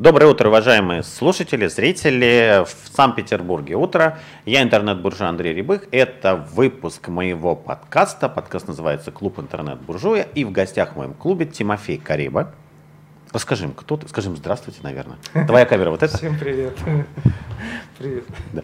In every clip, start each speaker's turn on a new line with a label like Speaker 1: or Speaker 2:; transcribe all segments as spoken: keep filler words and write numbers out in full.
Speaker 1: Доброе утро, уважаемые слушатели, зрители. В Санкт-Петербурге утро. Я интернет-буржуа Андрей Рябых. Это выпуск моего подкаста. Подкаст называется «Клуб интернет-буржуя». И в гостях в моем клубе Тимофей Кариба. Расскажи им, кто ты. Скажи им здравствуйте, наверное. Твоя камера вот эта?
Speaker 2: Всем привет. Привет.
Speaker 1: Да.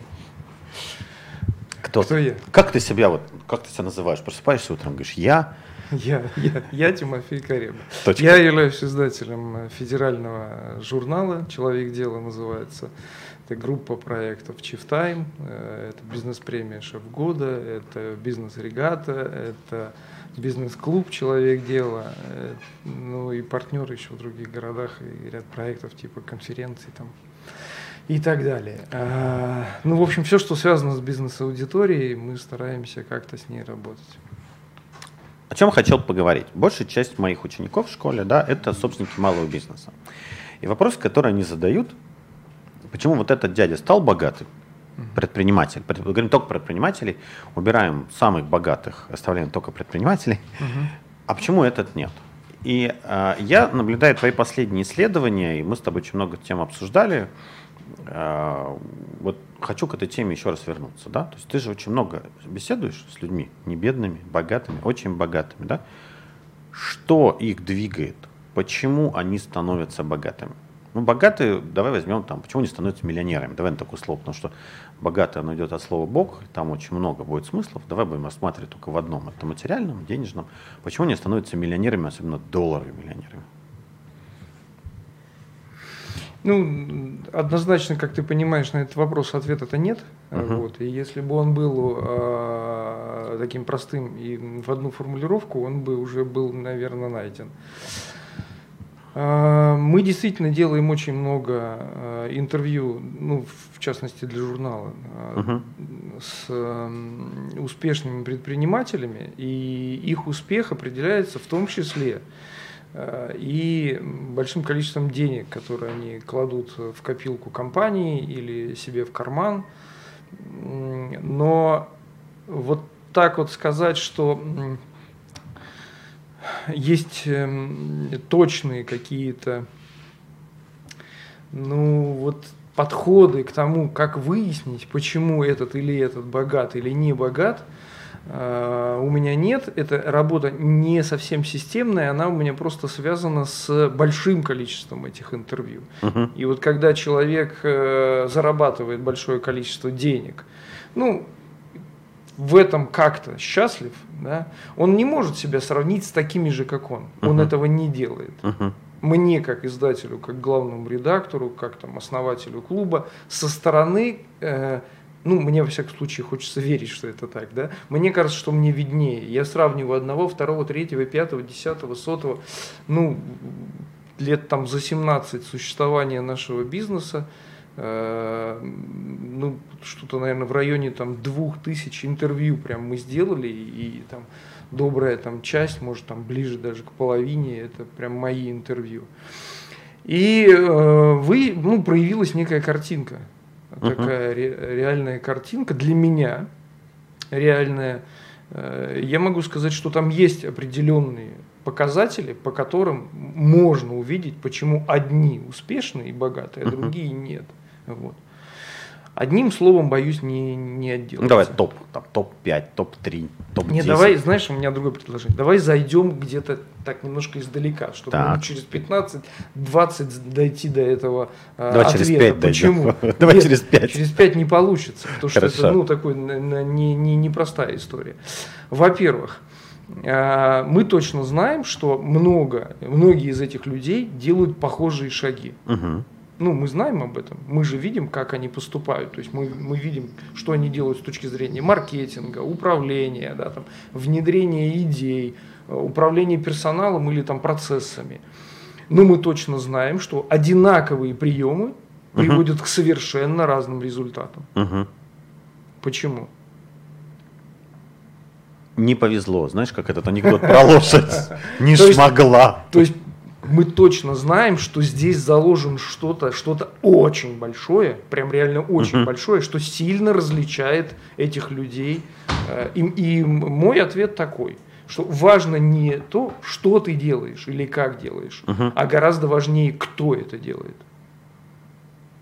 Speaker 1: Кто,
Speaker 2: Кто я?
Speaker 1: Как ты себя, вот, как ты себя называешь? Просыпаешься утром, говоришь, я...
Speaker 2: Я, я, я Тимофей Кариба.
Speaker 1: Точка.
Speaker 2: Я являюсь издателем федерального журнала «Человек дела» называется. Это группа проектов Chief Time, это бизнес-премия «Шеф года», это бизнес-регата, это бизнес-клуб «Человек дела», ну и партнеры еще в других городах, и ряд проектов типа конференций там. И так далее. А, ну, в общем, все, что связано с бизнес-аудиторией, мы стараемся как-то с ней работать.
Speaker 1: О чем хотел поговорить? Большая часть моих учеников в школе, да, это собственники малого бизнеса. И вопрос, который они задают, почему вот этот дядя стал богатым, предприниматель, говорим только предпринимателей, убираем самых богатых, оставляем только предпринимателей, uh-huh. а почему этот нет? И э, я наблюдаю твои последние исследования, и мы с тобой очень много тем обсуждали. Э, вот хочу к этой теме еще раз вернуться, да? То есть ты же очень много беседуешь с людьми, не бедными, богатыми, очень богатыми, да? Что их двигает? Почему они становятся богатыми? Ну, богатые, давай возьмем там, почему они становятся миллионерами? Давай на такое слово, потому что богатый, оно идет от слова Бог, там очень много будет смыслов. Давай будем рассматривать только в одном, это материальном, денежном. Почему они становятся миллионерами, особенно долларовыми миллионерами?
Speaker 2: Ну, однозначно, как ты понимаешь, на этот вопрос ответа-то нет. Uh-huh. Вот. И если бы он был э, таким простым и в одну формулировку, он бы уже был, наверное, найден. Э, мы действительно делаем очень много э, интервью, ну, в частности для журнала, э, uh-huh. с э, успешными предпринимателями, и их успех определяется в том числе и большим количеством денег, которые они кладут в копилку компании или себе в карман. Но вот так вот сказать, что есть точные какие-то, ну вот, подходы к тому, как выяснить, почему этот или этот богат или не богат, у меня нет. Эта работа не совсем системная, она у меня просто связана с большим количеством этих интервью. Uh-huh. И вот когда человек зарабатывает большое количество денег, ну, в этом как-то счастлив, да, он не может себя сравнить с такими же, как он. Он uh-huh. этого не делает. Uh-huh. Мне, как издателю, как главному редактору, как там основателю клуба, со стороны... Э, Ну, мне, во всяком случае, хочется верить, что это так, да. Мне кажется, что мне виднее. Я сравниваю одного, второго, третьего, пятого, десятого, сотого, ну, лет там за семнадцать существования нашего бизнеса, э, ну, что-то, наверное, в районе там двух тысяч интервью прям мы сделали, и, и там добрая там часть, может, там ближе даже к половине, это прям мои интервью. И э, вы, ну, проявилась некая картинка. Такая ре, реальная картинка для меня, реальная. Я могу сказать, что там есть определенные показатели, по которым можно увидеть, почему одни успешные и богатые, а другие нет. Вот. Одним словом, боюсь, не, не отделаться.
Speaker 1: Ну, давай топ, там, топ пять, топ три, топ десять.
Speaker 2: Нет, давай, знаешь, у меня другое предложение. Давай зайдем где-то так немножко издалека, чтобы так. через пятнадцать-двадцать дойти до этого э,
Speaker 1: давай
Speaker 2: ответа.
Speaker 1: Через пять
Speaker 2: Почему?
Speaker 1: Давай
Speaker 2: Нет,
Speaker 1: через пять.
Speaker 2: Через пять не получится, потому что
Speaker 1: Хорошо.
Speaker 2: это, ну, такой не, не, не простая история. Во-первых, э, мы точно знаем, что много, многие из этих людей делают похожие шаги.
Speaker 1: Угу.
Speaker 2: Ну, мы знаем об этом, мы же видим, как они поступают, то есть мы, мы видим, что они делают с точки зрения маркетинга, управления, да, там, внедрения идей, управления персоналом или там, процессами. Но мы точно знаем, что одинаковые приемы uh-huh. приводят к совершенно разным результатам.
Speaker 1: Uh-huh.
Speaker 2: Почему?
Speaker 1: Не повезло, знаешь, как этот анекдот про лошадь, не смогла.
Speaker 2: То есть мы точно знаем, что здесь заложено что-то, что-то очень большое, прям реально очень uh-huh. большое, что сильно различает этих людей. И, и мой ответ такой, что важно не то, что ты делаешь или как делаешь, uh-huh. а гораздо важнее, кто это делает.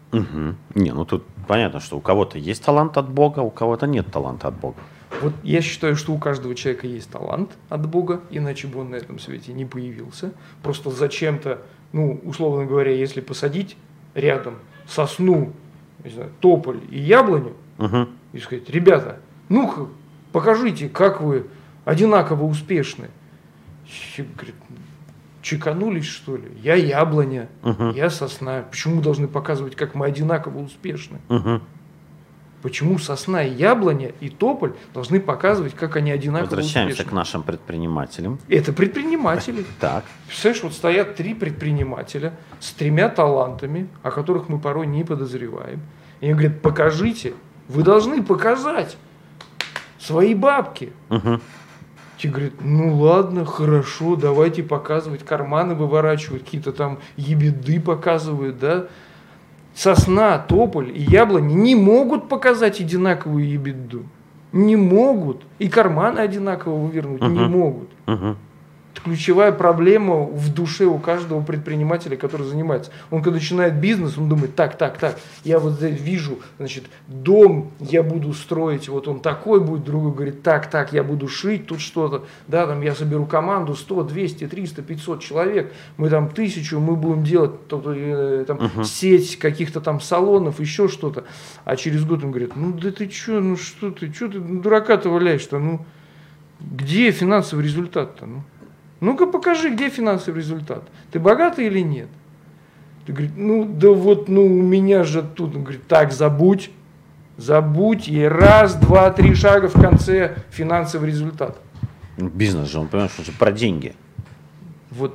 Speaker 1: Угу. Не, ну тут понятно, что у кого-то есть талант от Бога, у кого-то нет таланта от Бога.
Speaker 2: Вот я считаю, что у каждого человека есть талант от Бога, иначе бы он на этом свете не появился. Просто зачем-то, ну, условно говоря, если посадить рядом сосну, не знаю, тополь и яблоню,
Speaker 1: угу.
Speaker 2: и сказать: ребята, ну-ка, покажите, как вы одинаково успешны. Говорит: чеканулись, что ли? Я яблоня,
Speaker 1: угу.
Speaker 2: я сосна. Почему должны показывать, как мы одинаково успешны?
Speaker 1: Угу.
Speaker 2: Почему сосна и яблоня и тополь должны показывать, как они одинаково
Speaker 1: Возвращаемся
Speaker 2: успешны?
Speaker 1: к нашим предпринимателям.
Speaker 2: Это предприниматели.
Speaker 1: Так.
Speaker 2: Представляешь, вот стоят три предпринимателя с тремя талантами, о которых мы порой не подозреваем. И они говорят: покажите, вы должны показать свои бабки.
Speaker 1: Угу.
Speaker 2: Те говорят: ну ладно, хорошо, давайте показывать, карманы выворачивают, какие-то там ебеды показывают, да. Сосна, тополь и яблони не могут показать одинаковую ебеду. Не могут. И карманы одинаково вывернуть
Speaker 1: uh-huh.
Speaker 2: не могут.
Speaker 1: Uh-huh.
Speaker 2: Это ключевая проблема в душе у каждого предпринимателя, который занимается. Он когда начинает бизнес, он думает: так, так, так, я вот здесь вижу, значит, дом я буду строить, вот он такой будет. Другой говорит: так, так, я буду шить тут что-то, да, там я соберу команду сто, двести, триста, пятьсот человек, мы там тысячу, мы будем делать там, uh-huh. сеть каких-то там салонов, еще что-то. А через год он говорит: ну да ты че, ну что ты, что ты дурака-то валяешь-то, ну где финансовый результат-то, ну? Ну-ка покажи, где финансовый результат. Ты богатый или нет? Ты говоришь: ну да вот, ну у меня же тут. Он говорит: так, забудь, забудь, и раз, два, три шага в конце финансовый результат.
Speaker 1: Бизнес же, он понимаешь, что же про деньги.
Speaker 2: Вот,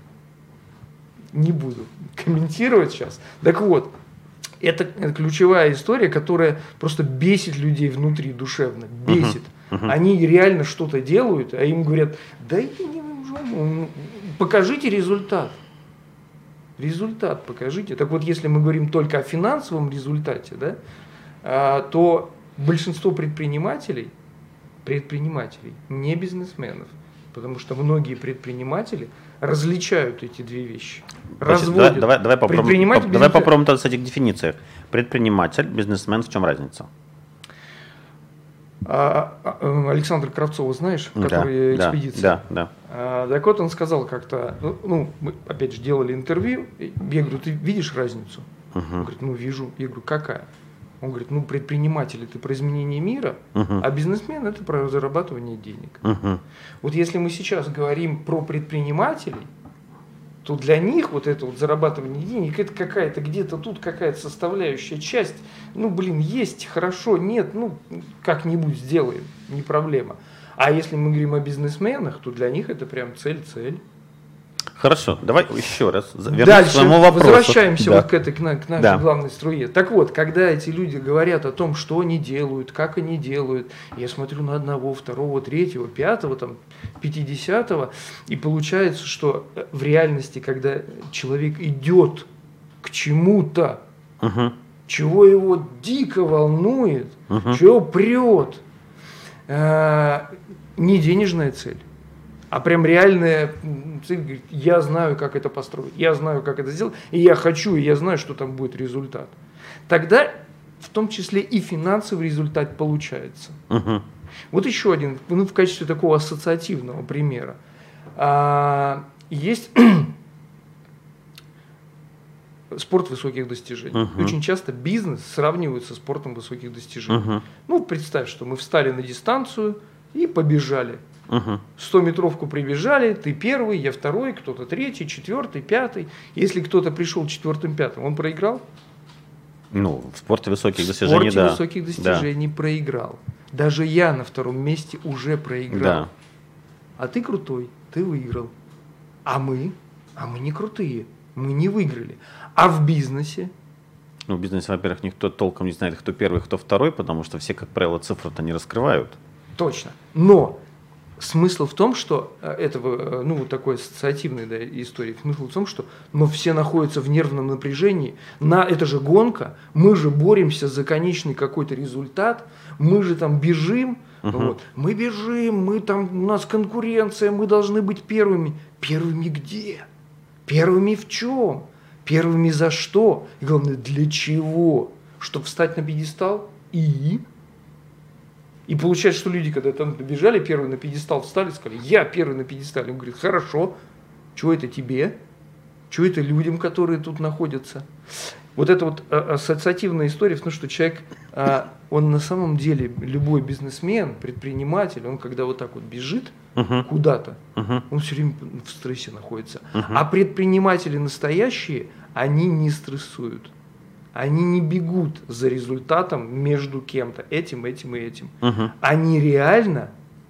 Speaker 2: не буду комментировать сейчас. Так вот, это, это ключевая история, которая просто бесит людей внутри душевно, бесит. Uh-huh. Uh-huh. Они реально что-то делают, а им говорят: да я не покажите результат. Результат покажите. Так вот, если мы говорим только о финансовом результате, да, то большинство предпринимателей, предпринимателей, не бизнесменов, потому что многие предприниматели различают эти две вещи. Разводят.
Speaker 1: Давай, давай попробуем, поп, давай попробуем тогда с этих дефинициях. Предприниматель, бизнесмен, в чем разница?
Speaker 2: А, а, Александра Кравцова, знаешь, который
Speaker 1: да,
Speaker 2: экспедиция.
Speaker 1: Да, да.
Speaker 2: А, так вот он сказал как-то, ну, ну, мы опять же делали интервью, я говорю: ты видишь разницу? Uh-huh. Он говорит: ну вижу. Я говорю: какая? Он говорит: ну предприниматель это про изменение мира, uh-huh. а бизнесмен это про зарабатывание денег. Uh-huh. Вот если мы сейчас говорим про предпринимателей, то для них вот это вот зарабатывание денег, это какая-то где-то тут какая-то составляющая часть. Ну, блин, есть, хорошо, нет, ну, как-нибудь сделаем, не проблема. А если мы говорим о бизнесменах, то для них это прям цель-цель.
Speaker 1: Хорошо, давай еще раз вернемся
Speaker 2: Дальше
Speaker 1: к своему вопросу.
Speaker 2: Возвращаемся
Speaker 1: да.
Speaker 2: вот к этой, к, на, к нашей
Speaker 1: да.
Speaker 2: главной струе. Так вот, когда эти люди говорят о том, что они делают, как они делают, я смотрю на одного, второго, третьего, пятого, там, пятидесятого, и получается, что в реальности, когда человек идет к чему-то,
Speaker 1: угу. чего
Speaker 2: его дико волнует,
Speaker 1: угу.
Speaker 2: чего прет, э, не денежная цель, а прям реальная цель, говорит: я знаю, как это построить, я знаю, как это сделать, и я хочу, и я знаю, что там будет результат. Тогда в том числе и финансовый результат получается.
Speaker 1: Угу.
Speaker 2: Вот еще один, ну, в качестве такого ассоциативного примера. А, есть спорт высоких достижений. Uh-huh. Очень часто бизнес сравнивают со спортом высоких достижений. Uh-huh. Ну, представь, что мы встали на дистанцию и побежали.
Speaker 1: Uh-huh.
Speaker 2: Стометровку прибежали, ты первый, я второй, кто-то третий, четвертый, пятый. Если кто-то пришел четвертым, пятым, он проиграл?
Speaker 1: Ну, в спорте высоких достижений,
Speaker 2: да. В спорте
Speaker 1: да.
Speaker 2: высоких достижений да. проиграл. Даже я на втором месте уже проиграл.
Speaker 1: Да.
Speaker 2: А ты крутой, ты выиграл. А мы? А мы не крутые, мы не выиграли. А в бизнесе?
Speaker 1: Ну, в бизнесе, во-первых, никто толком не знает, кто первый, кто второй, потому что все, как правило, цифры-то не раскрывают.
Speaker 2: Точно. Но смысл в том, что этого, ну, вот такой ассоциативной да, истории, смысл в том, что но все находятся в нервном напряжении, на, это же гонка, мы же боремся за конечный какой-то результат, мы же там бежим, uh-huh. вот, мы бежим, мы там, у нас конкуренция, мы должны быть первыми. Первыми где? Первыми в чем? Первыми за что? И главное, для чего? Чтобы встать на пьедестал? И... И получается, что люди, когда там побежали, первые на пьедестал встали, сказали, я первый на пьедестале. Он говорит, хорошо, что это тебе? Что это людям, которые тут находятся? Вот это вот ассоциативная история в том, что человек, он на самом деле, любой бизнесмен, предприниматель, он когда вот так вот бежит uh-huh. куда-то, uh-huh. он все время в стрессе находится. Uh-huh. А предприниматели настоящие, они не стрессуют. Они не бегут за результатом между кем-то, этим, этим и этим. Uh-huh. Они реально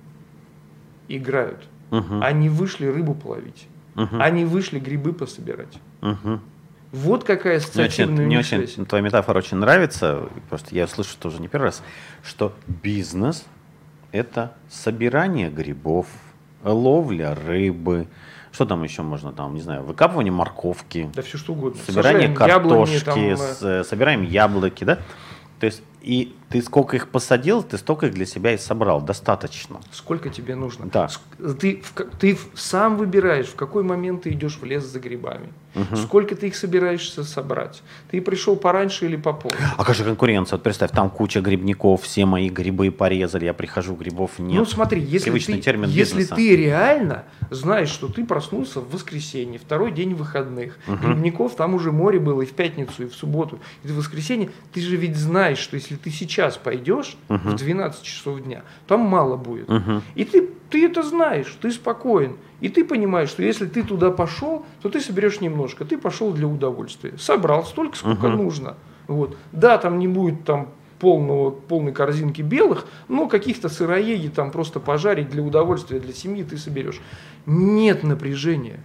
Speaker 2: играют. Uh-huh. Они вышли рыбу половить. Uh-huh. Они вышли грибы пособирать. Uh-huh. Вот какая ассоциативная
Speaker 1: Мне очень, мне очень твоя метафора очень нравится. Просто я слышу тоже не первый раз, что бизнес – это собирание грибов, ловля рыбы. Что там еще можно, там, не знаю, выкапывание морковки.
Speaker 2: Да все что угодно.
Speaker 1: Собирание
Speaker 2: Сажаем
Speaker 1: картошки,
Speaker 2: яблони,
Speaker 1: с,
Speaker 2: там...
Speaker 1: собираем яблоки, да? То есть, и ты сколько их посадил, ты столько их для себя и собрал. Достаточно.
Speaker 2: Сколько тебе нужно?
Speaker 1: Да.
Speaker 2: Ты, ты сам выбираешь, в какой момент ты идешь в лес за грибами. Угу. Сколько ты их собираешься собрать. Ты пришел пораньше или попозже.
Speaker 1: А как же конкуренция? Вот представь, там куча грибников, все мои грибы порезали, я прихожу, грибов нет.
Speaker 2: Ну смотри, если, ты, если ты реально знаешь, что ты проснулся в воскресенье, второй день выходных, угу. грибников там уже море было и в пятницу, и в субботу, и в воскресенье, ты же ведь знаешь, что если ты сейчас пойдешь угу. в двенадцать часов дня, там мало будет. Угу. И ты, ты это знаешь, ты спокоен. И ты понимаешь, что если ты туда пошел, то ты соберешь немножко. Ты пошел для удовольствия. Собрал столько, сколько uh-huh. нужно. Вот. Да, там не будет там полного, полной корзинки белых, но каких-то сыроеги там просто пожарить для удовольствия, для семьи ты соберешь. Нет напряжения.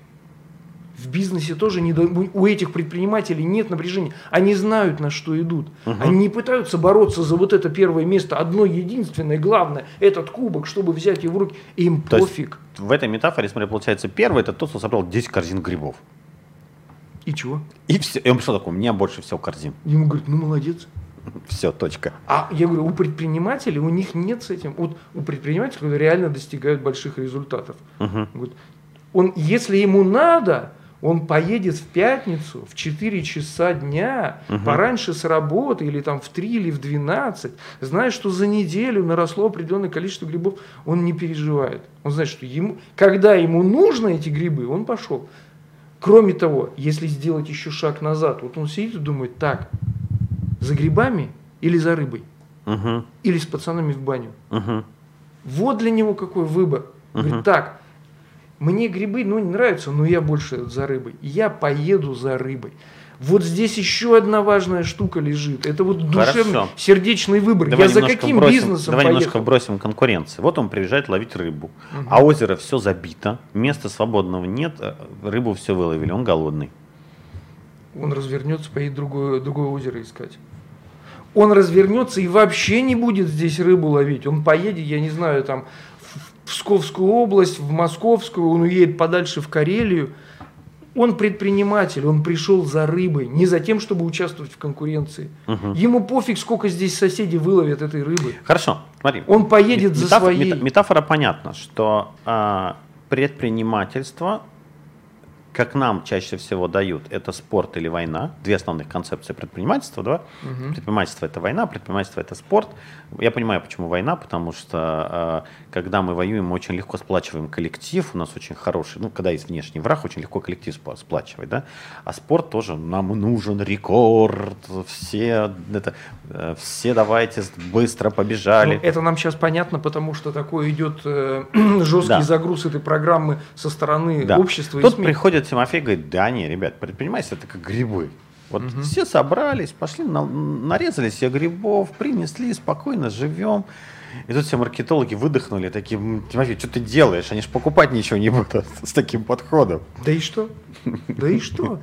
Speaker 2: В бизнесе тоже не, у этих предпринимателей нет напряжения. Они знают, на что идут. Uh-huh. Они не пытаются бороться за вот это первое место. Одно единственное, главное, этот кубок, чтобы взять его в руки. Им То пофиг.
Speaker 1: В этой метафоре, смотри, получается, первый это тот, кто собрал десять корзин грибов.
Speaker 2: И чего?
Speaker 1: И все. И он что такое? У меня больше всего корзин.
Speaker 2: Ему говорят, ну молодец.
Speaker 1: Все, точка.
Speaker 2: А я говорю, у предпринимателей, у них нет с этим. Вот у предпринимателей, которые реально достигают больших результатов. Uh-huh. Он, если ему надо, он поедет в пятницу в четыре часа дня, угу. пораньше с работы, или там в три, или в двенадцать, зная, что за неделю наросло определенное количество грибов, он не переживает. Он знает, что ему, когда ему нужны эти грибы, он пошел. Кроме того, если сделать еще шаг назад, вот он сидит и думает, так, за грибами или за рыбой? Угу. Или с пацанами в баню? Угу. Вот для него какой выбор. Угу. Говорит, так, мне грибы, ну, не нравятся, но я больше за рыбой. Я поеду за рыбой. Вот здесь еще одна важная штука лежит. Это вот душевный, Хорошо. сердечный выбор.
Speaker 1: Давай
Speaker 2: я за каким
Speaker 1: бросим,
Speaker 2: бизнесом
Speaker 1: Давай
Speaker 2: поехал?
Speaker 1: немножко бросим конкуренции. Вот он приезжает ловить рыбу, угу. а озеро все забито, места свободного нет, рыбу все выловили, он голодный.
Speaker 2: Он развернется, поедет другое, другое озеро искать. Он развернется и вообще не будет здесь рыбу ловить. Он поедет, я не знаю, там... в Псковскую область, в Московскую, он уедет подальше в Карелию. Он предприниматель, он пришел за рыбой, не за тем, чтобы участвовать в конкуренции. Угу. Ему пофиг, сколько здесь соседи выловят этой рыбы.
Speaker 1: Хорошо, смотри.
Speaker 2: Он поедет Метаф- за своей.
Speaker 1: Метафора понятна, что а, предпринимательство, как нам чаще всего дают, это спорт или война. Две основных концепции предпринимательства. Да? Угу. Предпринимательство – это война, предпринимательство – это спорт. Я понимаю, почему война, потому что э, когда мы воюем, мы очень легко сплачиваем коллектив. У нас очень хороший, ну, когда есть внешний враг, очень легко коллектив сплачивать. Да? А спорт тоже, нам нужен рекорд. Все, это, э, все давайте быстро побежали.
Speaker 2: Ну, это нам сейчас понятно, потому что такой идет э, жесткий да. загруз этой программы со стороны да. общества.
Speaker 1: Тут
Speaker 2: и СМИ.
Speaker 1: Приходит Тимофей и говорит, да не, ребят, предпринимательство это как грибы. Вот угу. все собрались, пошли, на, нарезали себе грибов, принесли, спокойно живем. И тут все маркетологи выдохнули, такие, Тимофей, что ты делаешь? Они же покупать ничего не будут с таким подходом.
Speaker 2: Да и что? Да и что?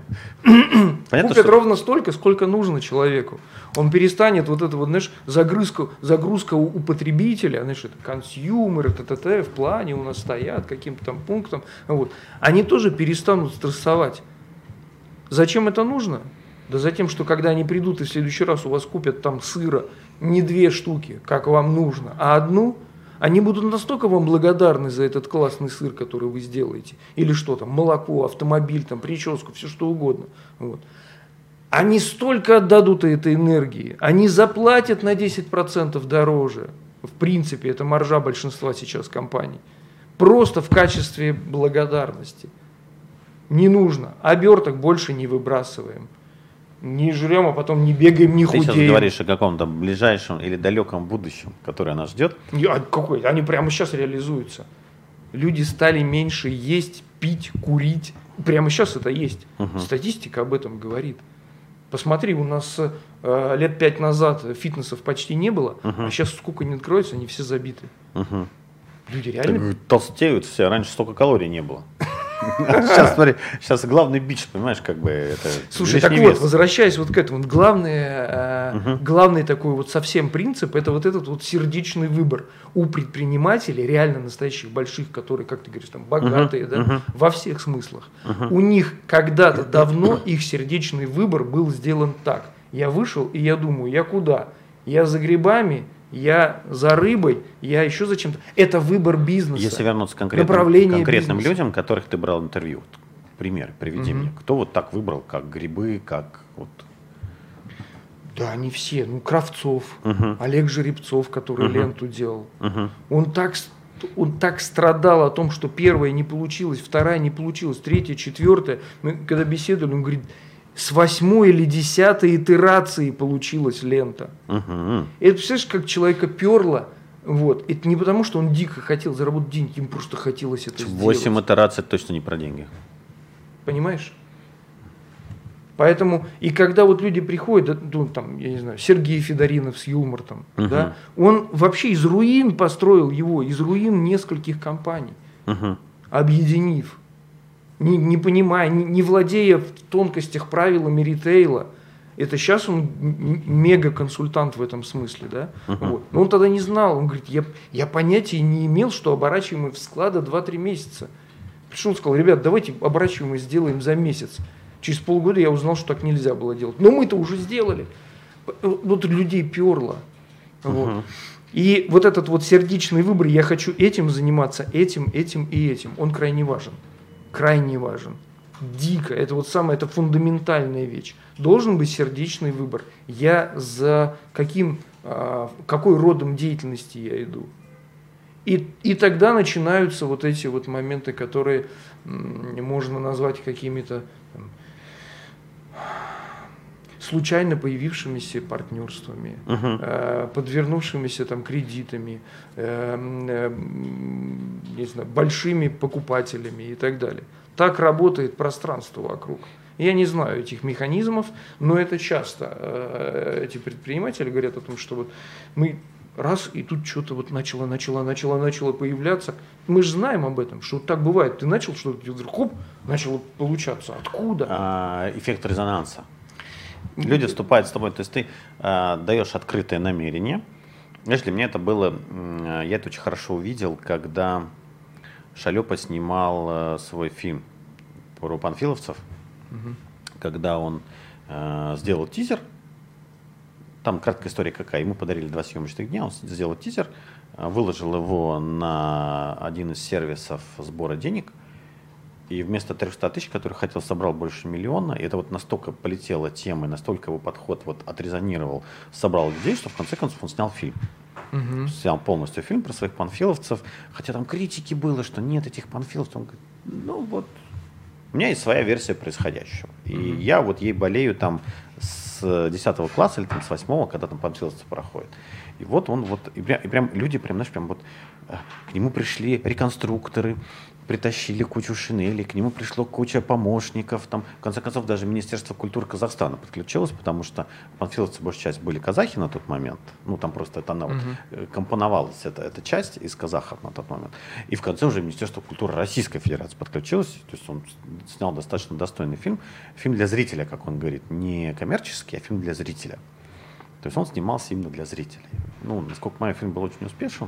Speaker 2: Купят ровно столько, сколько нужно человеку. Он перестанет вот это вот, знаешь, загрузка, загрузка у, у потребителя, знаешь, это консюмеры, т.т.т. в плане у нас стоят каким-то там пунктом. Вот. Они тоже перестанут стрессовать. Зачем это нужно? Да за тем, что когда они придут и в следующий раз у вас купят там сыра не две штуки, как вам нужно, а одну, Они будут настолько вам благодарны за этот классный сыр, который вы сделаете, или что там, молоко, автомобиль, там, прическу, все что угодно. Вот. Они столько отдадут этой энергии, они заплатят на десять процентов дороже. В принципе, это маржа большинства сейчас компаний. Просто в качестве благодарности. Не нужно. Оберток больше не выбрасываем. Не жрем, а потом не бегаем, не худеем.
Speaker 1: Ты сейчас говоришь о каком-то ближайшем или далеком будущем, которое нас ждет.
Speaker 2: А какой? Они прямо сейчас реализуются. Люди стали меньше есть, пить, курить. Прямо сейчас это есть. Угу. Статистика об этом говорит. Посмотри, у нас э, лет пять назад фитнесов почти не было, угу. а сейчас сколько не откроется, они все забиты. Угу. Люди реально...
Speaker 1: Так, толстеют все, раньше столько калорий не было. Сейчас, смотри, сейчас главный бич, понимаешь, как бы это.
Speaker 2: Слушай, так вот, возвращаясь вот к этому, главное, угу. главный такой вот совсем принцип, это вот этот вот сердечный выбор у предпринимателей, реально настоящих больших, которые, как ты говоришь, там богатые, угу. да, угу. во всех смыслах. Угу. У них когда-то давно их сердечный выбор был сделан так. Я вышел и я думаю, я куда? Я за грибами. Я за рыбой, я еще за чем-то. Это выбор бизнеса.
Speaker 1: Если вернуться к конкретным, конкретным людям, которых ты брал интервью, вот, пример приведи угу. мне. Кто вот так выбрал, как грибы, как вот...
Speaker 2: Да, они все. Ну, Кравцов,
Speaker 1: угу.
Speaker 2: Олег Жеребцов, который угу. ленту делал.
Speaker 1: Угу.
Speaker 2: Он так, он так страдал о том, что первая не получилась, вторая не получилась, третья, четвертая. Мы когда беседовали, он говорит... С восьмой или десятой итерации получилась лента.
Speaker 1: Uh-huh.
Speaker 2: Это, представляешь, как человека перло. Вот. Это не потому, что он дико хотел заработать деньги, ему просто хотелось это сделать.
Speaker 1: Восемь итераций точно не про деньги.
Speaker 2: Понимаешь? Поэтому, и когда вот люди приходят, ну, там, я не знаю, Сергей Федоринов с Юмортом, uh-huh. да, он вообще из руин построил его, из руин нескольких компаний,
Speaker 1: uh-huh.
Speaker 2: объединив. Не, не понимая, не, не владея в тонкостях правилами ритейла. Это сейчас он мега-консультант в этом смысле, да?
Speaker 1: Uh-huh.
Speaker 2: Вот. Но он тогда не знал, он говорит, я, я понятия не имел, что оборачиваемость склада два-три месяца. Пришел, он сказал, ребят, давайте оборачиваемость сделаем за месяц. Через полгода я узнал, что так нельзя было делать. Но мы-то уже сделали. Вот людей перло.
Speaker 1: Uh-huh.
Speaker 2: Вот. И вот этот вот сердечный выбор, я хочу этим заниматься, этим, этим и этим, он крайне важен. Крайне важен. Дико. Это вот самая, это фундаментальная вещь. Должен быть сердечный выбор. Я за каким, какой родом деятельности я иду. И, и тогда начинаются вот эти вот моменты, которые можно назвать какими-то там, случайно появившимися партнерствами,
Speaker 1: uh-huh.
Speaker 2: э, подвернувшимися там кредитами, э, э, не знаю, большими покупателями и так далее. Так работает пространство вокруг. Я не знаю этих механизмов, но это часто э, эти предприниматели говорят о том, что вот мы раз и тут что-то вот начало, начало, начало, начало появляться. Мы же знаем об этом, что так бывает. Ты начал что-то, вдруг хоп, начало получаться. Откуда?
Speaker 1: А, эффект резонанса. Люди вступают с тобой, то есть ты э, даешь открытое намерение. Знаешь, для меня это было, э, я это очень хорошо увидел, когда Шалёпа снимал э, свой фильм про панфиловцев, угу. когда он э, сделал тизер. Там краткая история какая. Ему подарили два съемочных дня, он сделал тизер, э, выложил его на один из сервисов сбора денег. И вместо трехсот тысяч, который хотел, собрал больше миллиона. И это вот настолько полетела тема, и настолько его подход вот отрезонировал, собрал людей, что в конце концов он снял фильм.
Speaker 2: Угу.
Speaker 1: Снял полностью фильм про своих панфиловцев. Хотя там критики было, что нет этих панфиловцев. Он говорит, ну вот, у меня есть своя версия происходящего. И угу. я вот ей болею там с десятого класса или там с восьмого, когда там панфиловцы проходят. И вот он вот, и прям, и прям люди прям, знаешь, прям вот к нему пришли реконструкторы, притащили кучу шинелей, к нему пришло куча помощников. Там, в конце концов, даже Министерство культуры Казахстана подключилось, потому что панфиловцы, большая часть, были казахи на тот момент. Ну, там просто это она uh-huh. вот, компоновалась, эта, эта часть из казахов на тот момент. И в конце уже Министерство культуры Российской Федерации подключилось. То есть он снял достаточно достойный фильм. Фильм для зрителя, как он говорит, не коммерческий, а фильм для зрителя. То есть он снимался именно для зрителей. Ну, насколько мой фильм был очень успешен,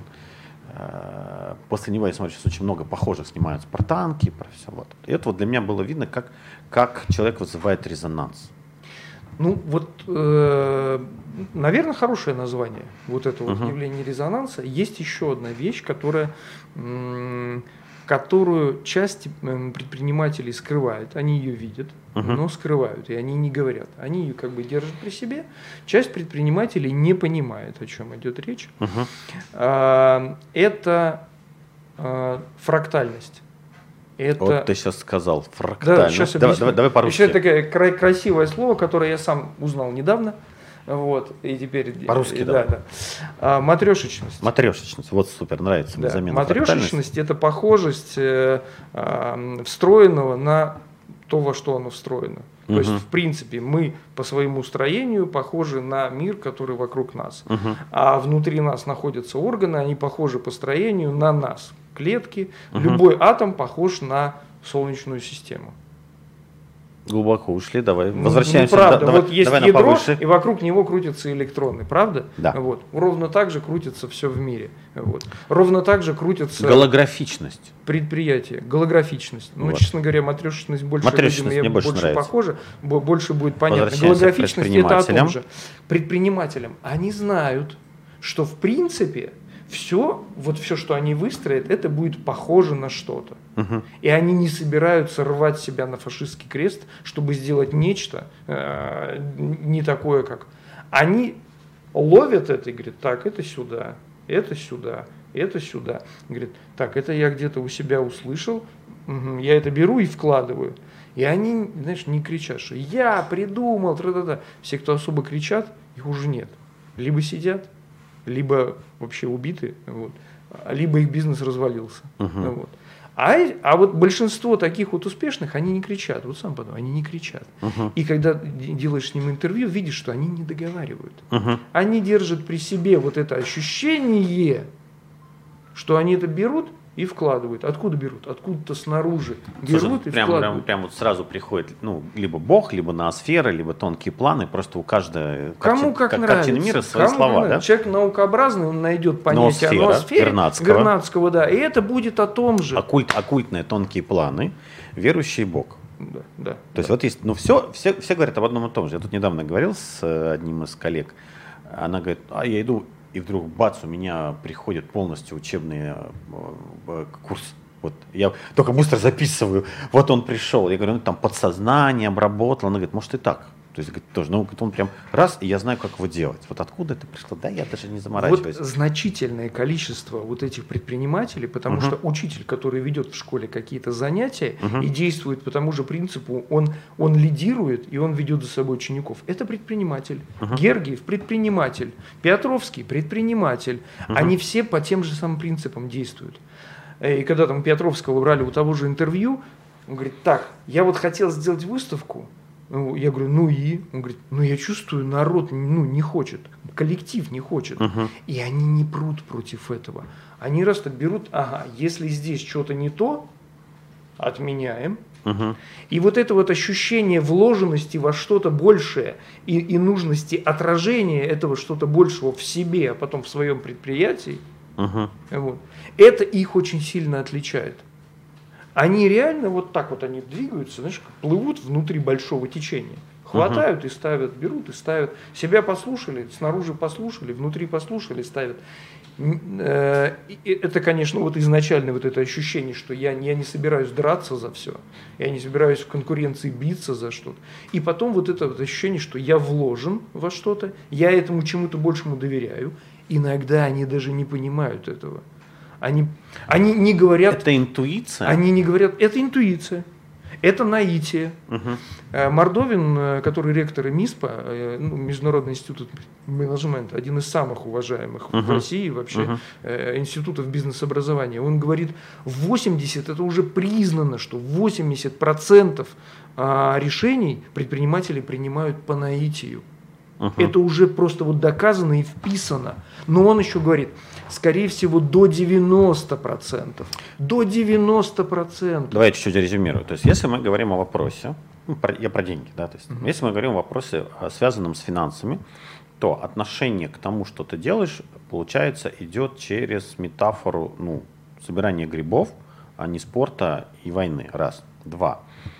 Speaker 1: после него, я смотрю, сейчас очень много похожих снимаются про танки, про все. Вот. И это вот для меня было видно, как, как человек вызывает резонанс.
Speaker 2: Ну, вот, э, наверное, хорошее название вот этого
Speaker 1: Мгм.
Speaker 2: вот явления резонанса. Есть еще одна вещь, которая, м, которую часть м, предпринимателей скрывает. Они ее видят,
Speaker 1: Мгм.
Speaker 2: но скрывают, и они не говорят. Они ее как бы держат при себе. Часть предпринимателей не понимает, о чем идет речь.
Speaker 1: Мгм.
Speaker 2: А, Это а, фрактальность. Это...
Speaker 1: Вот ты сейчас сказал,
Speaker 2: Да,
Speaker 1: фрактально.
Speaker 2: сейчас
Speaker 1: Давай,
Speaker 2: объясню.
Speaker 1: давай, давай по-русски.
Speaker 2: Еще такое кра- красивое слово, которое я сам узнал недавно. Вот, и теперь...
Speaker 1: По-русски
Speaker 2: да,
Speaker 1: давай.
Speaker 2: да. А, матрешечность.
Speaker 1: Матрешечность. Вот супер, нравится мне
Speaker 2: Да.
Speaker 1: замена фрактальности.
Speaker 2: Матрешечность – это похожесть э, э, встроенного на то, во что оно встроено. То есть,
Speaker 1: Мгм.
Speaker 2: в принципе, мы по своему строению похожи на мир, который вокруг нас.
Speaker 1: Мгм.
Speaker 2: А внутри нас находятся органы, они похожи по строению на нас. Клетки.
Speaker 1: Мгм.
Speaker 2: Любой атом похож на Солнечную систему.
Speaker 1: Глубоко ушли, давай.
Speaker 2: Ну,
Speaker 1: Возвращаемся.
Speaker 2: Ну, правда,
Speaker 1: да- давай-
Speaker 2: вот есть
Speaker 1: давай на
Speaker 2: ядро,
Speaker 1: повыше.
Speaker 2: и вокруг него крутятся электроны, правда?
Speaker 1: Да.
Speaker 2: Вот. Ровно так же крутится все в мире. Вот. Ровно так же крутятся
Speaker 1: Голографичность.
Speaker 2: предприятия, голографичность. Ну,
Speaker 1: Вот.
Speaker 2: честно говоря, матрешечность больше,
Speaker 1: Матрешечность
Speaker 2: людям,
Speaker 1: мне больше
Speaker 2: больше
Speaker 1: нравится.
Speaker 2: похожа, бо- больше будет понятно.
Speaker 1: Возвращаемся к
Speaker 2: Голографичность это о том
Speaker 1: предпринимателям.
Speaker 2: же. Предпринимателям. Они знают, что в принципе все, вот все, что они выстроят, это будет похоже на что-то.
Speaker 1: Мгм.
Speaker 2: И они не собираются рвать себя на фашистский крест, чтобы сделать нечто э, не такое, как... Они ловят это и говорят, так, это сюда, это сюда, это сюда. Говорит, так, это я где-то у себя услышал, мгм, я это беру и вкладываю. И они, знаешь, не кричат, что я придумал, тра-та-та. Все, кто особо кричат, их уже нет. Либо сидят, либо вообще убиты, вот, либо их бизнес развалился.
Speaker 1: Мгм.
Speaker 2: Вот. А, э- а вот большинство таких вот успешных, они не кричат. Вот сам подумай, они не кричат.
Speaker 1: Мгм.
Speaker 2: И когда де- делаешь с ним интервью, видишь, что они не договаривают.
Speaker 1: Мгм.
Speaker 2: Они держат при себе вот это ощущение, что они это берут и вкладывают. Откуда берут? Откуда-то снаружи. Берут
Speaker 1: Слушай,
Speaker 2: и
Speaker 1: прям, прям,
Speaker 2: вкладывают.
Speaker 1: прям вот сразу приходит, ну, либо Бог, либо ноосфера, либо тонкие планы, просто у каждой
Speaker 2: Кому
Speaker 1: карти-
Speaker 2: как
Speaker 1: ка-
Speaker 2: нравится.
Speaker 1: картины мира свои
Speaker 2: Кому
Speaker 1: слова,
Speaker 2: как
Speaker 1: да?
Speaker 2: нравится. Человек наукообразный, он найдет понятие
Speaker 1: Ноосфера,
Speaker 2: о ноосфере
Speaker 1: Вернадского.
Speaker 2: Вернадского, да, и это будет о том же.
Speaker 1: Оккульт, оккультные тонкие планы, верующий Бог.
Speaker 2: Да, да,
Speaker 1: То есть вот есть, ну все, все, все говорят об одном и том же. Я тут недавно говорил с э, одним из коллег. Она говорит, а я иду, и вдруг бац, у меня приходит полностью учебный э, э, курс. Вот я только быстро записываю. Вот он пришел. Я говорю, ну там подсознание обработал. Она говорит, может и так. То есть говорит, тоже, ну говорит, он прям раз, и я знаю, как его делать. Вот откуда это пришло? Да, я даже не
Speaker 2: Вот
Speaker 1: заморачиваюсь.
Speaker 2: значительное количество вот этих предпринимателей, потому
Speaker 1: Мгм.
Speaker 2: что учитель, который ведет в школе какие-то занятия
Speaker 1: Мгм.
Speaker 2: и действует по тому же принципу, он, он лидирует и он ведет за собой учеников. Это предприниматель.
Speaker 1: Мгм.
Speaker 2: Гергиев – предприниматель. Петровский – предприниматель.
Speaker 1: Мгм.
Speaker 2: Они все по тем же самым принципам действуют. Э, И когда там Петровского брали у того же интервью, он говорит, так, я вот хотел сделать выставку. Ну, я говорю, ну и? Он говорит, ну я чувствую, народ ну, не хочет, коллектив не хочет.
Speaker 1: Мгм.
Speaker 2: И они не прут против этого. Они раз так берут, ага, если здесь что-то не то, отменяем.
Speaker 1: Мгм.
Speaker 2: И вот это вот ощущение вложенности во что-то большее и, и нужности отражения этого что-то большего в себе, а потом в своем предприятии,
Speaker 1: Мгм.
Speaker 2: вот, это их очень сильно отличает. Они реально вот так вот они двигаются, знаешь, как плывут внутри большого течения. Хватают и ставят, берут и ставят. Себя послушали, снаружи послушали, внутри послушали, ставят. Н- э, и Это, конечно, вот изначально вот это ощущение, что я, я не собираюсь драться за все, я не собираюсь в конкуренции биться за что-то. И потом вот это вот ощущение, что я вложен во что-то, я этому чему-то большему доверяю. Иногда они даже не понимают этого. Они, они не говорят...
Speaker 1: Это интуиция?
Speaker 2: Они не говорят, это интуиция, это наитие.
Speaker 1: Мгм.
Speaker 2: Э, Мордовин, э, который ректор МИСПа, э, ну, Международный институт менеджмента, один из самых уважаемых в
Speaker 1: Мгм.
Speaker 2: России вообще
Speaker 1: Мгм.
Speaker 2: э, институтов бизнес-образования, он говорит, восемьдесят, это уже признано, что восемьдесят процентов а, решений предприниматели принимают по наитию.
Speaker 1: Мгм.
Speaker 2: Это уже просто вот доказано и вписано. Но он еще говорит, скорее всего, до девяноста процентов. До девяноста процентов.
Speaker 1: Давай я чуть-чуть резюмирую. То есть, если мы говорим о вопросе, ну, про- я про деньги, да, то есть,
Speaker 2: Мгм.
Speaker 1: если мы говорим о вопросе, а, связанном с финансами, то отношение к тому, что ты делаешь, получается, идет через метафору, ну, собирания грибов, а не спорта и войны. Раз. Два.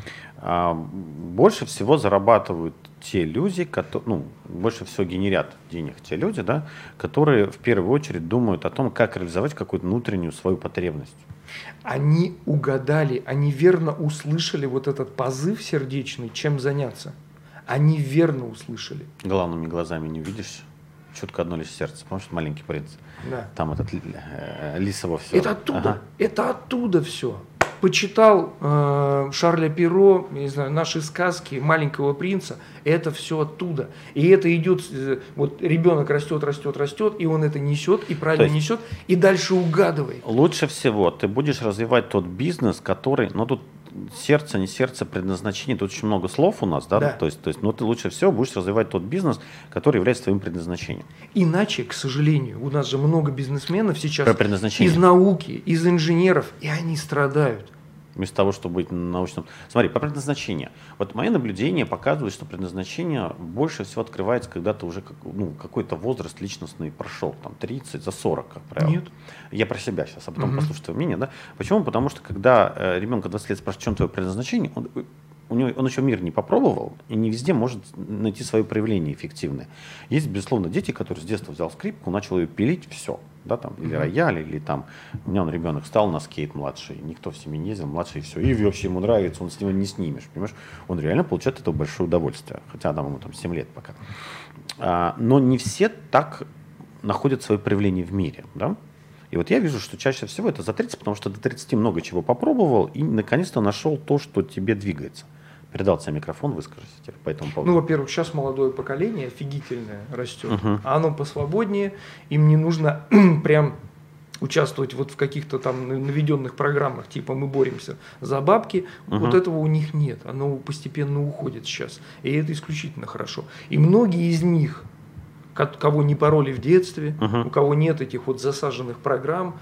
Speaker 1: А, больше всего зарабатывают те люди, которые, ну, больше всего генерят денег те люди, да, которые в первую очередь думают о том, как реализовать какую-то внутреннюю свою потребность.
Speaker 2: Они угадали, они верно услышали вот этот позыв сердечный, чем заняться. Они верно услышали.
Speaker 1: Главными глазами не видишь, чутко одно лишь сердце. Помнишь, «Маленький принц»?
Speaker 2: Да.
Speaker 1: Там этот э, лисово все.
Speaker 2: Это оттуда, ага. это оттуда все. Почитал э, Шарля Перро, не знаю, наши сказки «Маленького принца», это все оттуда. И это идет, э, вот ребенок растет, растет, растет, и он это несет, и правильно есть, несет, и дальше угадывает.
Speaker 1: Лучше всего ты будешь развивать тот бизнес, который, ну тут сердце, не сердце, предназначение, тут очень много слов у нас, да,
Speaker 2: да.
Speaker 1: То есть, то есть, но ты лучше всего будешь развивать тот бизнес, который является твоим предназначением.
Speaker 2: Иначе, к сожалению, у нас же много бизнесменов сейчас из науки, из инженеров, и они страдают.
Speaker 1: Вместо того, чтобы быть научным. Смотри, по предназначению. Вот мои наблюдения показывают, что предназначение больше всего открывается, когда ты уже как, ну, какой-то возраст личностный прошел, там тридцать, за сорок, как правило.
Speaker 2: Нет.
Speaker 1: Я про себя сейчас, а потом
Speaker 2: угу.
Speaker 1: послушаю твое мнение. Да? Почему? Потому что когда э, ребенка двадцать лет спрашивают, в чем твое предназначение, он, у него, он еще мир не попробовал и не везде может найти свое проявление эффективное. Есть, безусловно, дети, которые с детства взял скрипку, начал ее пилить, все. Да, там, или рояль, или там, у меня он ребенок стал на скейт младший, никто в семье не ездил, младший, и все, и вообще ему нравится, он с него не снимешь, понимаешь, он реально получает от этого большое удовольствие, хотя там ему там семь лет пока. А, но не все так находят свое проявление в мире, да, и вот я вижу, что чаще всего это за тридцать, потому что до тридцати много чего попробовал и наконец-то нашел то, что тебе двигается. Передал тебе микрофон, выскажись теперь по этому поводу.
Speaker 2: Ну, во-первых, сейчас молодое поколение офигительное растет,
Speaker 1: uh-huh.
Speaker 2: а оно посвободнее, им не нужно прям участвовать вот в каких-то там наведенных программах, типа мы боремся за бабки, uh-huh. вот этого у них нет, оно постепенно уходит сейчас, и это исключительно хорошо. И многие из них, кого не пороли в детстве, uh-huh. у кого нет этих вот засаженных программ,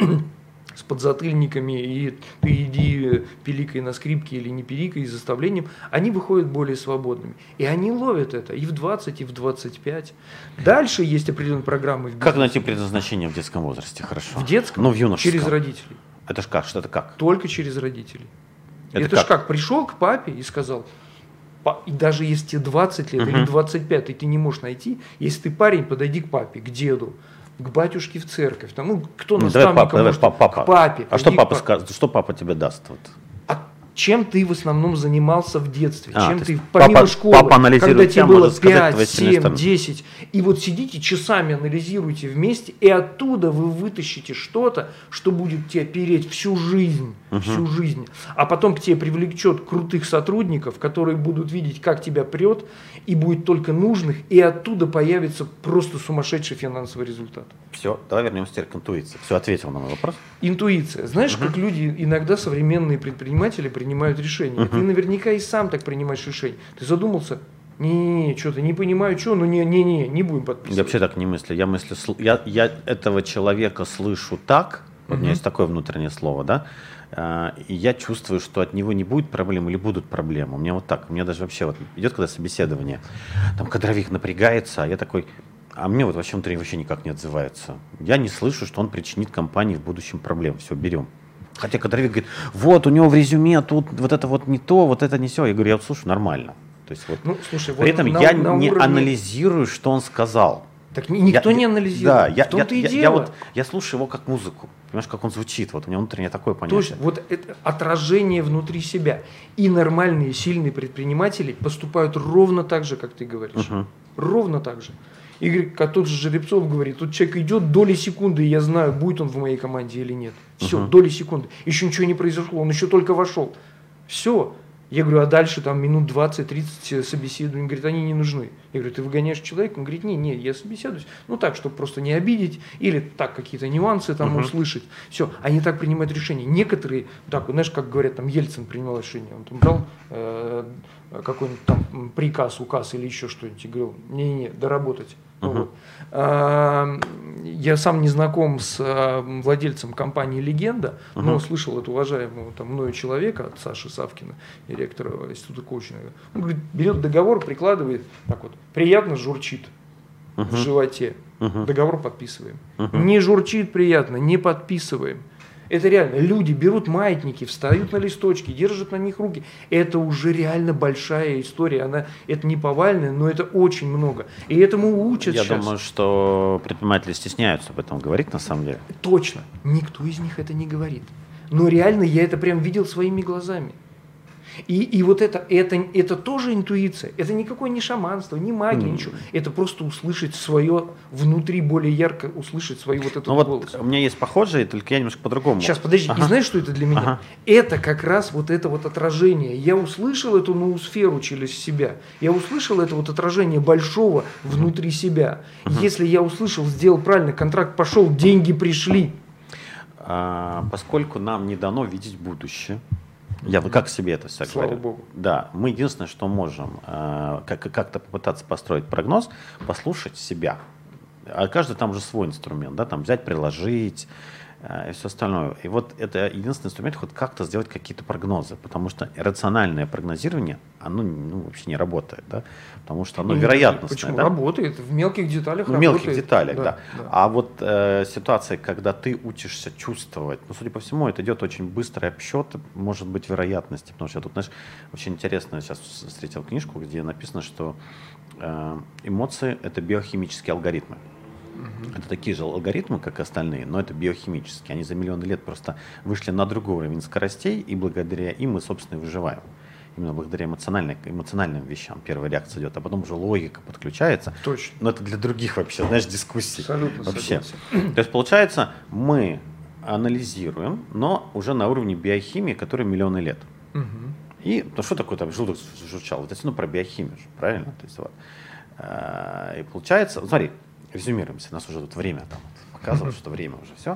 Speaker 2: с подзатыльниками, и ты иди пиликай на скрипке или не пиликай, и заставлением, они выходят более свободными. И они ловят это и в двадцать, и в двадцать пять. Дальше есть определенные программы в бизнесе.
Speaker 1: Как найти предназначение в детском возрасте? Хорошо.
Speaker 2: В детском?
Speaker 1: Ну, в юношеском.
Speaker 2: Через родителей.
Speaker 1: Это ж как? Что это как?
Speaker 2: Только через родителей.
Speaker 1: Это,
Speaker 2: это
Speaker 1: как?
Speaker 2: ж как? Пришел к папе и сказал, и даже если тебе двадцать лет uh-huh. или двадцать пять, и ты не можешь найти, если ты парень, подойди к папе, к деду, к батюшке в церковь, там, ну, кто наставником
Speaker 1: папа,
Speaker 2: может,
Speaker 1: давай, папа.
Speaker 2: к папе.
Speaker 1: А что папа скажет, что папа тебе даст? Вот?
Speaker 2: А чем ты в основном занимался в детстве?
Speaker 1: А,
Speaker 2: чем ты помимо
Speaker 1: папа,
Speaker 2: школы,
Speaker 1: папа
Speaker 2: когда тебе было пять, семь,
Speaker 1: стороны.
Speaker 2: десять, и вот сидите часами, анализируете вместе, и оттуда вы вытащите что-то, что будет тебе переть всю жизнь, uh-huh. всю жизнь. А потом к тебе привлечет крутых сотрудников, которые будут видеть, как тебя прет, и будет только нужных, и оттуда появится просто сумасшедший финансовый результат.
Speaker 1: Все, давай вернемся теперь к интуиции. Все, ответил на мой вопрос.
Speaker 2: Интуиция. Знаешь, uh-huh. как люди, иногда современные предприниматели принимают решения. Uh-huh. Ты наверняка и сам так принимаешь решения. Ты задумался, не-не-не, что-то не понимаю, что, ну не-не-не, не будем подписывать.
Speaker 1: Я вообще так не мыслю. Я мыслю, я, я этого человека слышу так, вот uh-huh. у меня есть такое внутреннее слово, да, и я чувствую, что от него не будет проблем или будут проблемы. У меня вот так, у меня даже вообще вот идет когда собеседование, там кадровик напрягается, а я такой, а мне вот вообще внутри вообще никак не отзывается. Я не слышу, что он причинит компании в будущем проблем. Все, берем. Хотя кадровик говорит, вот у него в резюме тут вот это вот не то, вот это не все. Я говорю, я вот слушаю, нормально. То есть вот,
Speaker 2: ну, слушай,
Speaker 1: при
Speaker 2: вот
Speaker 1: этом
Speaker 2: на,
Speaker 1: я
Speaker 2: на
Speaker 1: не
Speaker 2: уровне...
Speaker 1: анализирую, что он сказал.
Speaker 2: Так никто
Speaker 1: я,
Speaker 2: не анализирует.
Speaker 1: Да, я,
Speaker 2: в том-то
Speaker 1: я,
Speaker 2: и
Speaker 1: я,
Speaker 2: дело.
Speaker 1: Я, вот, я слушаю его как музыку. Понимаешь, как он звучит. Вот у меня внутреннее такое понятие.
Speaker 2: Точно. Вот это отражение внутри себя. И нормальные, сильные предприниматели поступают ровно так же, как ты говоришь.
Speaker 1: Угу.
Speaker 2: Ровно так же. Игорь, как тот же Жеребцов говорит, тут человек идет доли секунды, и я знаю, будет он в моей команде или нет. Все, uh-huh. доли секунды. Еще ничего не произошло, он еще только вошел. Все. Я говорю, а дальше там минут двадцать-тридцать собеседований. Он говорит, они не нужны. Я говорю, ты выгоняешь человека? Он говорит, не, не, я собеседуюсь. Ну так, чтобы просто не обидеть, или так какие-то нюансы там uh-huh. услышать. Все, они так принимают решения. Некоторые, так, знаешь, как говорят, там Ельцин принимал решение, он там брал э, какой-нибудь там приказ, указ или еще что-нибудь, и говорил, не-не, доработать. Uh-huh. Вот. А, я сам не знаком с а, владельцем компании «Легенда», uh-huh. но слышал от уважаемого там, мною человека, от Саши Савкина, директора института коучинга. Он говорит, берет договор, прикладывает, так вот, приятно журчит uh-huh. в животе, uh-huh. договор подписываем. Uh-huh. Не журчит приятно, не подписываем. Это реально. Люди берут маятники, встают на листочки, держат на них руки. Это уже реально большая история. Она, это не повальная, но это очень много. И этому учат
Speaker 1: Я
Speaker 2: сейчас.
Speaker 1: думаю, что предприниматели стесняются об этом говорить на самом деле.
Speaker 2: Точно. Никто из них это не говорит. Но реально я это прям видел своими глазами. И, и вот это, это, это тоже интуиция. Это никакое не шаманство, не магия, mm. ничего. Это просто услышать свое внутри, более ярко услышать свой вот этот
Speaker 1: ну
Speaker 2: голос.
Speaker 1: Вот у меня есть похожие, только я немножко по-другому.
Speaker 2: Сейчас, подожди, ага. И знаешь, что это для меня? Ага. Это как раз вот это вот отражение. Я услышал эту ноосферу через себя. Я услышал это вот отражение большого внутри mm. себя. Mm-hmm. Если я услышал, сделал правильно, контракт пошел, деньги пришли.
Speaker 1: А, поскольку нам не дано видеть будущее, я бы как себе это все
Speaker 2: Слава
Speaker 1: говорю.
Speaker 2: Богу.
Speaker 1: Да, мы единственное, что можем э, как- как-то попытаться построить прогноз, послушать себя. А каждый там уже свой инструмент, да, там взять, приложить э, и все остальное. И вот это единственный инструмент, хоть как-то сделать какие-то прогнозы, потому что рациональное прогнозирование, оно ну, вообще не работает, да, потому что оно
Speaker 2: ну,
Speaker 1: вероятностное.
Speaker 2: Почему?
Speaker 1: Да?
Speaker 2: Работает, в мелких деталях
Speaker 1: В
Speaker 2: работает.
Speaker 1: мелких деталях, да.
Speaker 2: да. да.
Speaker 1: А вот э, ситуация, когда ты учишься чувствовать, ну, судя по всему, это идет очень быстрый обсчет, может быть, вероятности. Потому что я тут, знаешь, очень интересно сейчас встретил книжку, где написано, что э, эмоции — это биохимические алгоритмы. Угу. Это такие же алгоритмы, как и остальные, но это биохимические. Они за миллионы лет просто вышли на другой уровень скоростей, и благодаря им мы, собственно, и выживаем. Именно благодаря эмоциональным вещам первая реакция идет, а потом уже логика подключается.
Speaker 2: Точно.
Speaker 1: Но это для других вообще, знаешь, дискуссий.
Speaker 2: Абсолютно
Speaker 1: вообще.
Speaker 2: согласен.
Speaker 1: То есть получается, мы анализируем, но уже на уровне биохимии, которой миллионы лет.
Speaker 2: Угу.
Speaker 1: И ну, что такое там желудок журчал? Это все ну, про биохимию же, правильно? То есть, вот. И получается, смотри, резюмируемся, у нас уже тут время там показывает, что время уже все.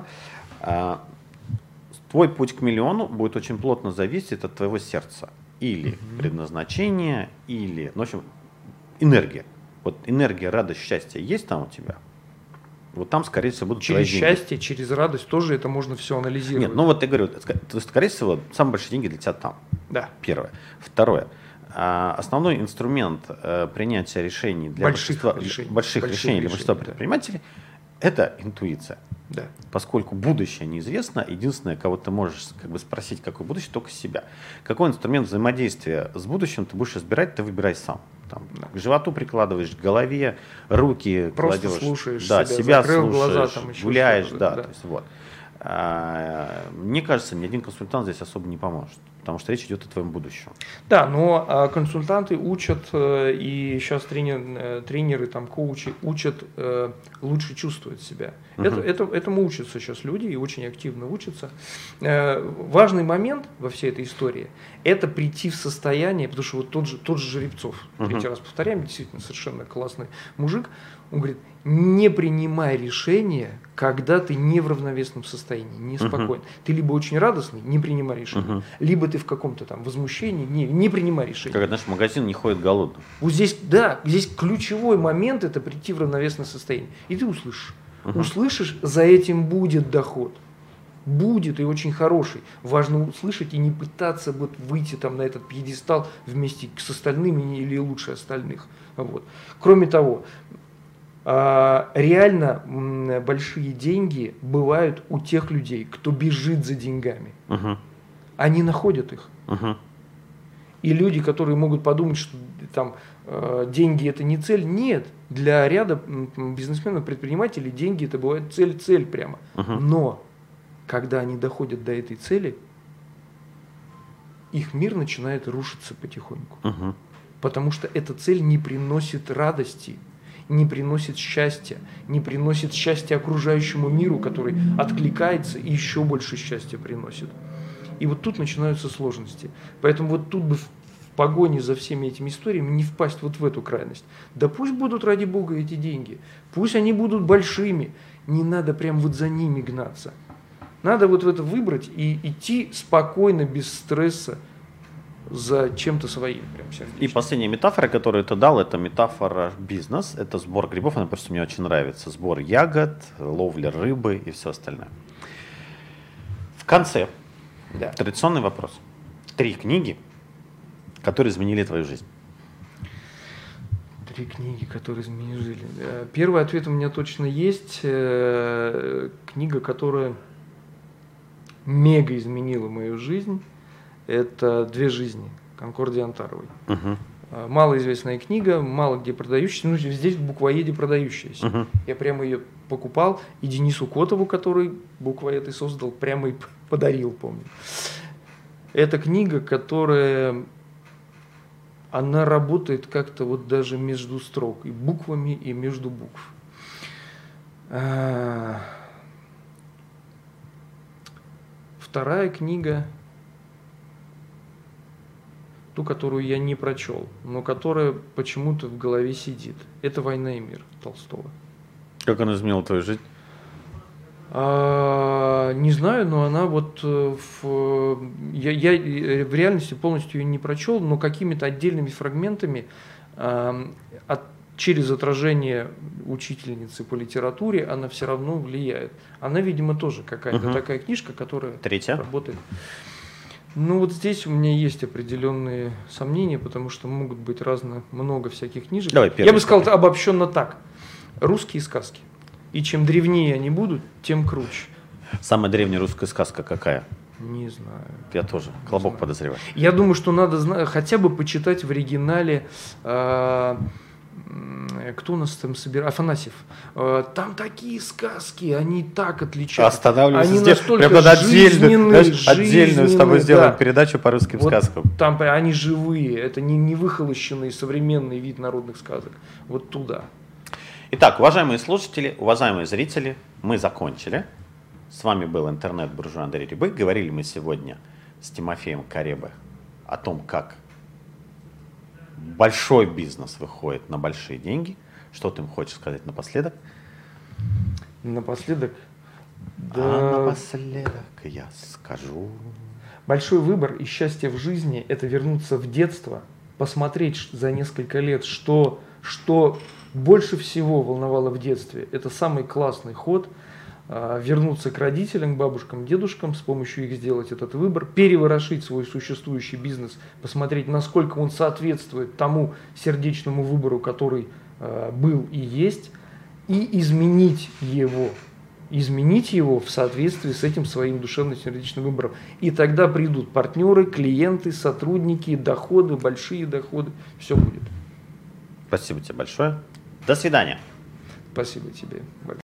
Speaker 1: Твой путь к миллиону будет очень плотно зависеть от твоего сердца. Или mm-hmm. предназначение, или, ну, в общем, энергия. Вот энергия, радость, счастье есть там у тебя? Вот там, скорее всего, будут
Speaker 2: через
Speaker 1: твои деньги.
Speaker 2: Через счастье, через радость тоже это можно все анализировать.
Speaker 1: Нет, ну вот я говорю, то есть, скорее всего, самые большие деньги летят там.
Speaker 2: Да.
Speaker 1: Первое. Второе. Основной инструмент принятия решений для
Speaker 2: больших
Speaker 1: большинства,
Speaker 2: решений,
Speaker 1: больших
Speaker 2: больших
Speaker 1: решений для
Speaker 2: решений,
Speaker 1: большинства
Speaker 2: да.
Speaker 1: предпринимателей – это интуиция.
Speaker 2: Да.
Speaker 1: Поскольку будущее неизвестно, единственное, кого ты можешь как бы спросить, какое будущее, только себя. Какой инструмент взаимодействия с будущим ты будешь избирать, ты выбирай сам. Там, да. К животу прикладываешь, к голове, руки
Speaker 2: просто
Speaker 1: кладешь.
Speaker 2: слушаешь
Speaker 1: да,
Speaker 2: себя,
Speaker 1: себя
Speaker 2: закрыл
Speaker 1: слушаешь,
Speaker 2: глаза, там еще
Speaker 1: гуляешь, да,
Speaker 2: да.
Speaker 1: То есть, вот. а, мне кажется, ни один консультант здесь особо не поможет, потому что речь идет о твоем будущем.
Speaker 2: Да, но а, консультанты учат, э, и сейчас тренер, э, тренеры, там, коучи учат э, лучше чувствовать себя. Uh-huh. Это, это, этому учатся сейчас люди и очень активно учатся. Э, важный момент во всей этой истории – это прийти в состояние, потому что вот тот же, тот же Жеребцов, uh-huh. третий раз повторяем, действительно совершенно классный мужик, он говорит, не принимай решения, когда ты не в равновесном состоянии, не спокоен. Uh-huh. Ты либо очень радостный, не принимай решения, uh-huh. либо ты в каком-то там возмущении, не, не принимай решения.
Speaker 1: Как наш магазин не ходит голодным.
Speaker 2: Вот здесь, да, здесь ключевой момент – это прийти в равновесное состояние. И ты услышишь. Uh-huh. Услышишь, за этим будет доход. Будет и очень хороший. Важно услышать и не пытаться вот выйти там на этот пьедестал вместе с остальными или лучше остальных. Вот. Кроме того, реально большие деньги бывают у тех людей, кто бежит за деньгами. Uh-huh. Они находят их. Uh-huh. И люди, которые могут подумать, что там деньги это не цель, нет. Для ряда бизнесменов, предпринимателей деньги это бывает цель-цель прямо. Uh-huh. Но когда они доходят до этой цели, их мир начинает рушиться потихоньку. Uh-huh. Потому что эта цель не приносит радости, не приносит счастья, не приносит счастья окружающему миру, который откликается и еще больше счастья приносит. И вот тут начинаются сложности. Поэтому вот тут бы в погоне за всеми этими историями не впасть вот в эту крайность. Да пусть будут, ради бога, эти деньги. Пусть они будут большими. Не надо прям вот за ними гнаться. Надо вот это выбрать и идти спокойно, без стресса, за чем-то своим. Прям
Speaker 1: и последняя метафора, которую ты дал, это метафора бизнес. Это сбор грибов, она просто мне очень нравится. Сбор ягод, ловля рыбы и все остальное. В конце да. традиционный вопрос. Три книги, которые изменили твою жизнь.
Speaker 2: Три книги, которые изменили жизнь. Первый ответ у меня точно есть. Книга, которая мега изменила мою жизнь, это «Две жизни» Конкордии Антаровой.
Speaker 1: Угу.
Speaker 2: Малоизвестная книга, мало где продающаяся, ну здесь в буквоеде продающаяся.
Speaker 1: Угу.
Speaker 2: Я прямо ее покупал, и Денису Котову, который буквоед и создал, прямо и подарил, помню. Это книга, которая, она работает как-то вот даже между строк, и буквами, и между букв. Вторая книга, ту, которую я не прочел, но которая почему-то в голове сидит. Это «Война и мир» Толстого.
Speaker 1: Как она изменила твою жизнь?
Speaker 2: А, не знаю, но она вот в, я, я в реальности полностью ее не прочел, но какими-то отдельными фрагментами а, от, через отражение учительницы по литературе она все равно влияет. Она, видимо, тоже какая-то угу. такая книжка, которая
Speaker 1: Третья.
Speaker 2: Работает. Ну вот здесь у меня есть определенные сомнения, потому что могут быть разно много всяких книжек.
Speaker 1: Давай,
Speaker 2: я бы сказал обобщенно так. Русские сказки. И чем древнее они будут, тем круче.
Speaker 1: Самая древняя русская сказка какая?
Speaker 2: Не знаю.
Speaker 1: Я тоже. Колобок подозреваю.
Speaker 2: Я думаю, что надо хотя бы почитать в оригинале... Э Кто у нас там собирает? Афанасьев. Там такие сказки, они так отличаются.
Speaker 1: Останавливайся
Speaker 2: они
Speaker 1: здесь.
Speaker 2: настолько
Speaker 1: Прям надо отдельную,
Speaker 2: жизненные,
Speaker 1: отдельную с тобой сделаем
Speaker 2: да.
Speaker 1: передачу по русским
Speaker 2: вот
Speaker 1: сказкам.
Speaker 2: Там они живые, это не, не выхолощенный современный вид народных сказок. Вот туда.
Speaker 1: Итак, уважаемые слушатели, уважаемые зрители, мы закончили. С вами был интернет-буржуа Андрей Рябых. Говорили мы сегодня с Тимофеем Каребы о том, как большой бизнес выходит на большие деньги. Что ты им хочешь сказать напоследок?
Speaker 2: Напоследок?
Speaker 1: Да... А напоследок я скажу...
Speaker 2: Большой выбор и счастье в жизни – это вернуться в детство, посмотреть за несколько лет, что, что больше всего волновало в детстве. Это самый классный ход. Вернуться к родителям, к бабушкам, дедушкам, с помощью их сделать этот выбор, переворошить свой существующий бизнес, посмотреть, насколько он соответствует тому сердечному выбору, который э, был и есть, и изменить его, изменить его в соответствии с этим своим душевно-сердечным выбором. И тогда придут партнеры, клиенты, сотрудники, доходы, большие доходы, все будет.
Speaker 1: Спасибо тебе большое. До свидания.
Speaker 2: Спасибо тебе.